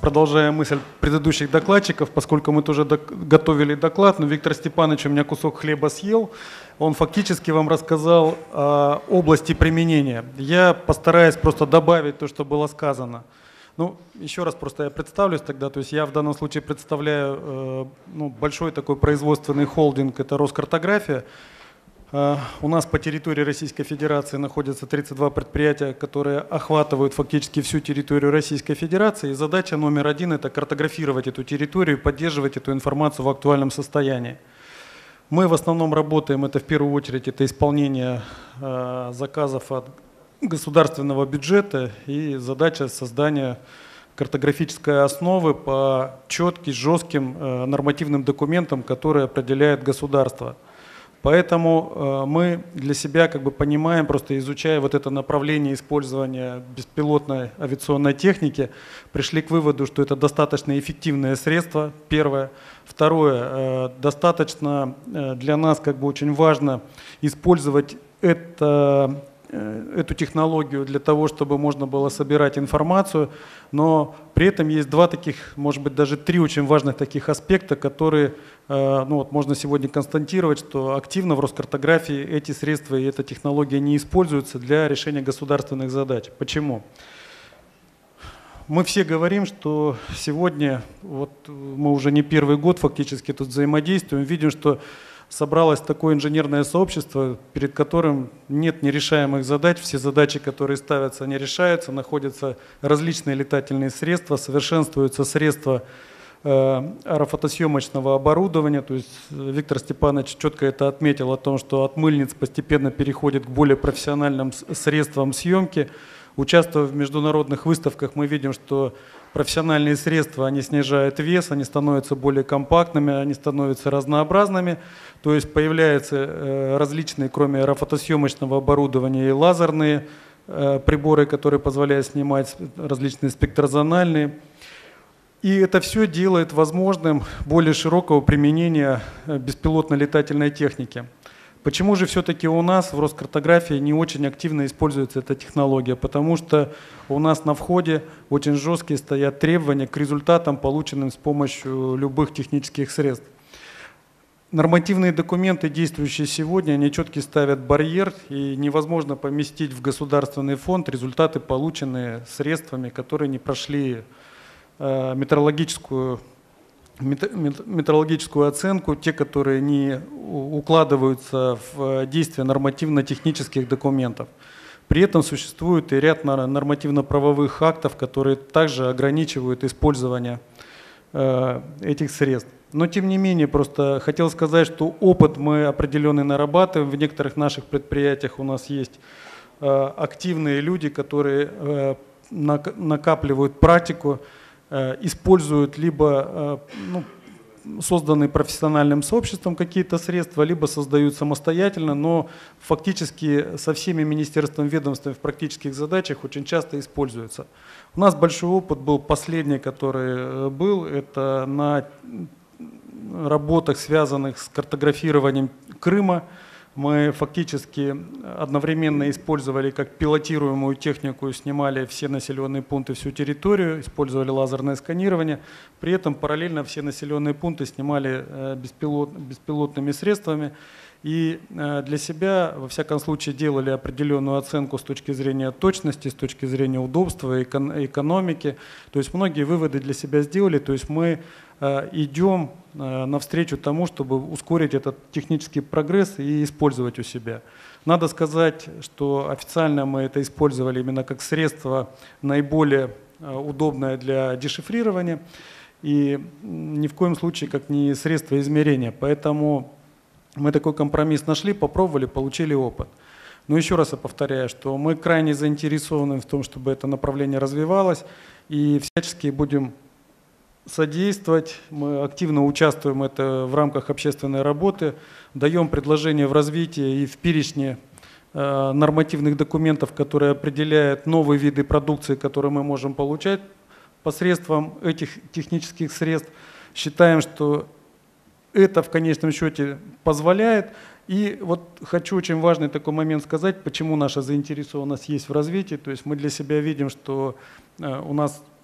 продолжая мысль предыдущих докладчиков, поскольку мы тоже готовили доклад, но Виктор Степанович у меня кусок хлеба съел, он фактически вам рассказал о области применения. Я постараюсь просто добавить то, что было сказано. Ну, еще раз просто я представлюсь тогда, то есть я в данном случае представляю большой такой производственный холдинг, это Роскартография. У нас по территории Российской Федерации находятся 32 предприятия, которые охватывают фактически всю территорию Российской Федерации. И задача номер один – это картографировать эту территорию и поддерживать эту информацию в актуальном состоянии. Мы в основном работаем, это в первую очередь, это исполнение заказов от государственного бюджета и задача создания картографической основы по четким, жестким нормативным документам, которые определяет государство. Поэтому мы для себя понимаем, просто изучая вот это направление использования беспилотной авиационной техники, пришли к выводу, что это достаточно эффективное средство, первое. Второе, достаточно для нас очень важно использовать эту технологию для того, чтобы можно было собирать информацию, но при этом есть два таких, может быть, даже три очень важных таких аспекта, которые можно сегодня констатировать, что активно в Роскартографии эти средства и эта технология не используются для решения государственных задач. Почему? Мы все говорим, что сегодня, мы уже не первый год фактически тут взаимодействуем, видим, что собралось такое инженерное сообщество, перед которым нет нерешаемых задач, все задачи, которые ставятся, не решаются, находятся различные летательные средства, совершенствуются средства аэрофотосъемочного оборудования. То есть Виктор Степанович четко это отметил о том, что от мыльниц постепенно переходит к более профессиональным средствам съемки. Участвуя в международных выставках, мы видим, что профессиональные средства, они снижают вес, они становятся более компактными, они становятся разнообразными. То есть появляются различные, кроме аэрофотосъемочного оборудования, и лазерные приборы, которые позволяют снимать различные спектрозональные. И это все делает возможным более широкого применения беспилотной летательной техники. Почему же все-таки у нас в Роскартографии не очень активно используется эта технология? Потому что у нас на входе очень жесткие стоят требования к результатам, полученным с помощью любых технических средств. Нормативные документы, действующие сегодня, они четко ставят барьер, и невозможно поместить в государственный фонд результаты, полученные средствами, которые не прошли метрологическую оценку, те, которые не укладываются в действие нормативно-технических документов. При этом существует и ряд нормативно-правовых актов, которые также ограничивают использование этих средств. Но тем не менее, просто хотел сказать, что опыт мы определенный нарабатываем. В некоторых наших предприятиях у нас есть активные люди, которые накапливают практику, используют либо созданные профессиональным сообществом какие-то средства, либо создают самостоятельно, но фактически со всеми министерствами, ведомствами в практических задачах очень часто используются. У нас большой опыт был последний, который был, это на работах, связанных с картографированием Крыма. Мы фактически одновременно использовали как пилотируемую технику, снимали все населенные пункты, всю территорию, использовали лазерное сканирование. При этом параллельно все населенные пункты снимали беспилотными средствами. И для себя, во всяком случае, делали определенную оценку с точки зрения точности, с точки зрения удобства, экономики. То есть многие выводы для себя сделали. То есть мы идем навстречу тому, чтобы ускорить этот технический прогресс и использовать у себя. Надо сказать, что официально мы это использовали именно как средство наиболее удобное для дешифрирования и ни в коем случае как не средство измерения. Поэтому мы такой компромисс нашли, попробовали, получили опыт. Но еще раз я повторяю, что мы крайне заинтересованы в том, чтобы это направление развивалось, и всячески будем содействовать. Мы активно участвуем в рамках общественной работы, даем предложения в развитии и в перечне нормативных документов, которые определяют новые виды продукции, которые мы можем получать посредством этих технических средств. Считаем, что это в конечном счете позволяет. И вот хочу очень важный такой момент сказать, почему наша заинтересованность есть в развитии. То есть мы для себя видим, что у нас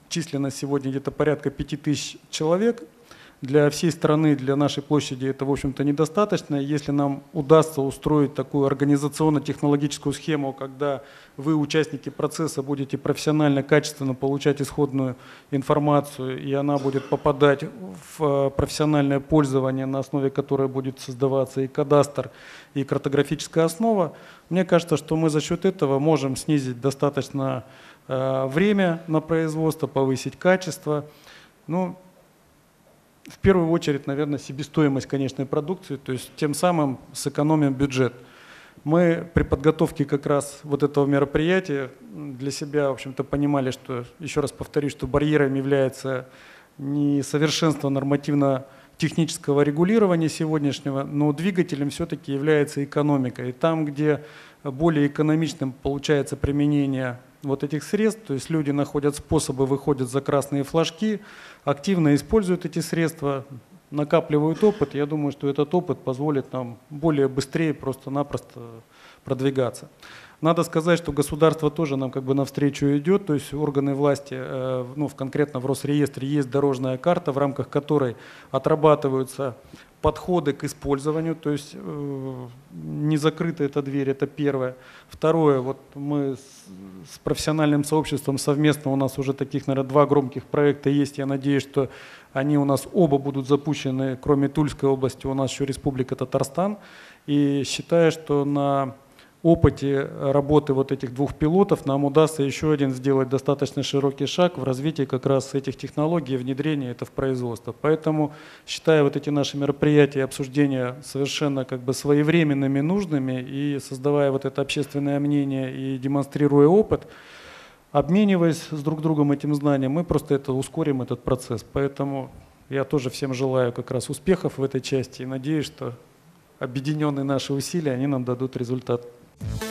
численность сегодня где-то порядка 5000 человек. Для всей страны, для нашей площади это, в общем-то, недостаточно. Если нам удастся устроить такую организационно-технологическую схему, когда вы, участники процесса, будете профессионально, качественно получать исходную информацию, и она будет попадать в профессиональное пользование, на основе которой будет создаваться и кадастр, и картографическая основа, мне кажется, что мы за счет этого можем снизить достаточно время на производство, повысить качество. Ну, в первую очередь, наверное, себестоимость конечной продукции, то есть тем самым сэкономим бюджет. Мы при подготовке как раз вот этого мероприятия для себя, в общем-то, понимали, что, еще раз повторюсь, что барьером является не совершенство нормативно-технического регулирования сегодняшнего, но двигателем все-таки является экономика. И там, где более экономичным получается применение вот этих средств, то есть люди находят способы, выходят за красные флажки, активно используют эти средства, накапливают опыт. Я думаю, что этот опыт позволит нам более быстрее просто-напросто продвигаться. Надо сказать, что государство тоже нам как бы навстречу идет, то есть органы власти, ну, конкретно в Росреестре есть дорожная карта, в рамках которой отрабатываются подходы к использованию, то есть не закрыта эта дверь, это первое. Второе, вот мы с профессиональным сообществом совместно, у нас уже таких, наверное, 2 громких проекта есть, я надеюсь, что они у нас оба будут запущены, кроме Тульской области, у нас еще Республика Татарстан, и считаю, что на опыте работы вот этих 2 пилотов нам удастся еще один сделать достаточно широкий шаг в развитии как раз этих технологий и внедрения это в производство. Поэтому считаю вот эти наши мероприятия и обсуждения совершенно как бы своевременными, нужными, и создавая вот это общественное мнение и демонстрируя опыт, обмениваясь с друг другом этим знанием, мы просто это ускорим этот процесс. Поэтому я тоже всем желаю как раз успехов в этой части и надеюсь, что объединенные наши усилия, они нам дадут результат.